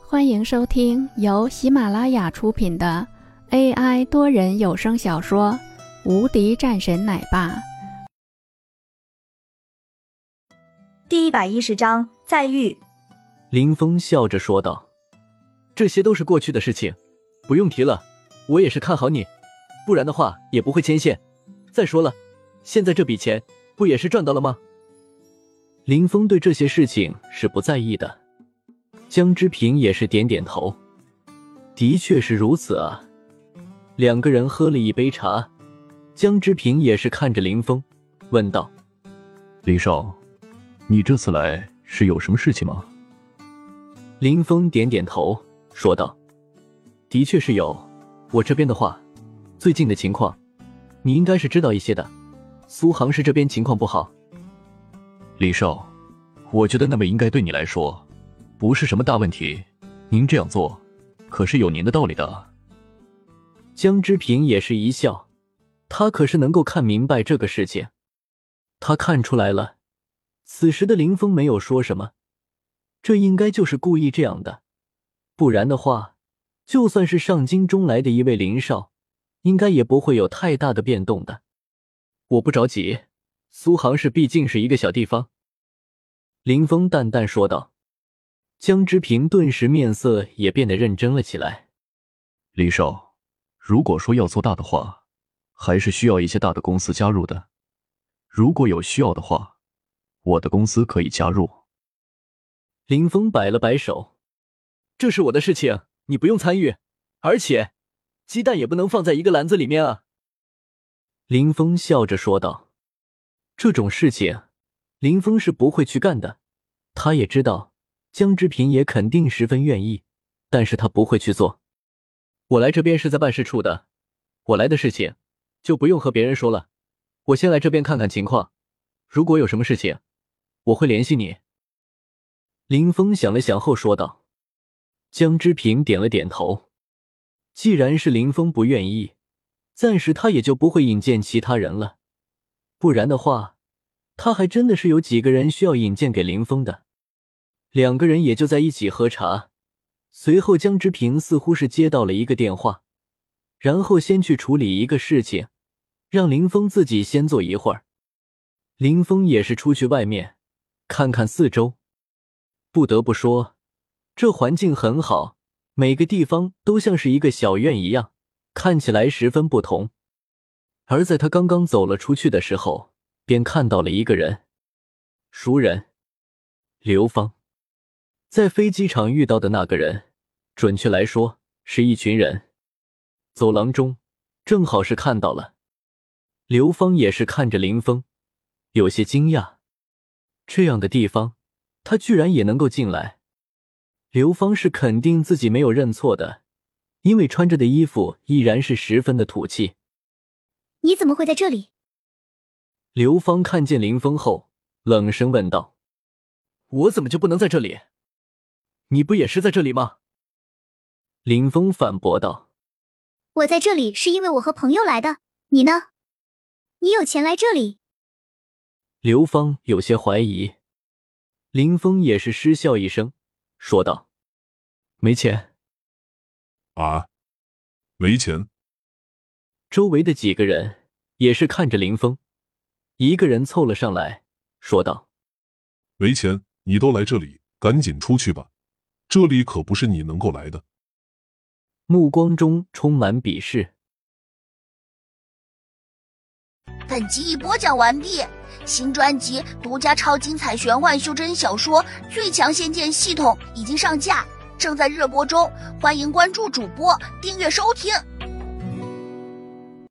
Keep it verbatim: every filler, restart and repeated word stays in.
欢迎收听由喜马拉雅出品的 A I 多人有声小说《无敌战神奶爸》 第一百一十章再遇。 林峰笑着说道：这些都是过去的事情，不用提了，我也是看好你，不然的话也不会牵线。再说了，现在这笔钱不也是赚到了吗？林峰对这些事情是不在意的。江之平也是点点头，的确是如此啊。两个人喝了一杯茶，江之平也是看着林峰问道： 林少，你这次来是有什么事情吗？ 林峰点点头说道：的确是有，我这边的话，最近的情况你应该是知道一些的，苏杭市这边情况不好。 林少，我觉得那么应该对你来说不是什么大问题，您这样做可是有您的道理的。 江之平也是一笑，他可是能够看明白这个事情，他看出来了，此时的林峰没有说什么，这应该就是故意这样的，不然的话，就算是上京中来的一位林少，应该也不会有太大的变动的。我不着急，苏杭市毕竟是一个小地方。林峰淡淡说道。江之平顿时面色也变得认真了起来。 林少，如果说要做大的话，还是需要一些大的公司加入的。如果有需要的话，我的公司可以加入。 林峰摆了摆手，这是我的事情，你不用参与，而且鸡蛋也不能放在一个篮子里面啊。林峰笑着说道。这种事情林峰是不会去干的，他也知道江之平也肯定十分愿意，但是他不会去做。我来这边是在办事处的，我来的事情就不用和别人说了，我先来这边看看情况，如果有什么事情我会联系你。林峰想了想后说道。江之平点了点头，既然是林峰不愿意，暂时他也就不会引荐其他人了，不然的话他还真的是有几个人需要引荐给林峰的。两个人也就在一起喝茶，随后江之平似乎是接到了一个电话，然后先去处理一个事情，让林峰自己先坐一会儿。林峰也是出去外面看看四周，不得不说这环境很好，每个地方都像是一个小院一样，看起来十分不同。而在他刚刚走了出去的时候，便看到了一个人，熟人，刘芳。在飞机场遇到的那个人，准确来说是一群人。走廊中正好是看到了，刘芳也是看着林峰，有些惊讶，这样的地方他居然也能够进来。刘芳是肯定自己没有认错的，因为穿着的衣服依然是十分的土气。 你怎么会在这里？ 刘芳看见林峰后冷声问道。我怎么就不能在这里？你不也是在这里吗？林峰反驳道。 我在这里是因为我和朋友来的，你呢？你有钱来这里？ 刘芳有些怀疑。林峰也是失笑一声说道。没钱。 啊？没钱？ 周围的几个人也是看着林峰，一个人凑了上来说道。 没钱你都来这里，赶紧出去吧，这里可不是你能够来的。 目光中充满鄙视。 本集已播讲完毕，新专辑独家超精彩玄幻修真小说《最强仙剑系统》已经上架，正在热播中，欢迎关注主播，订阅收听。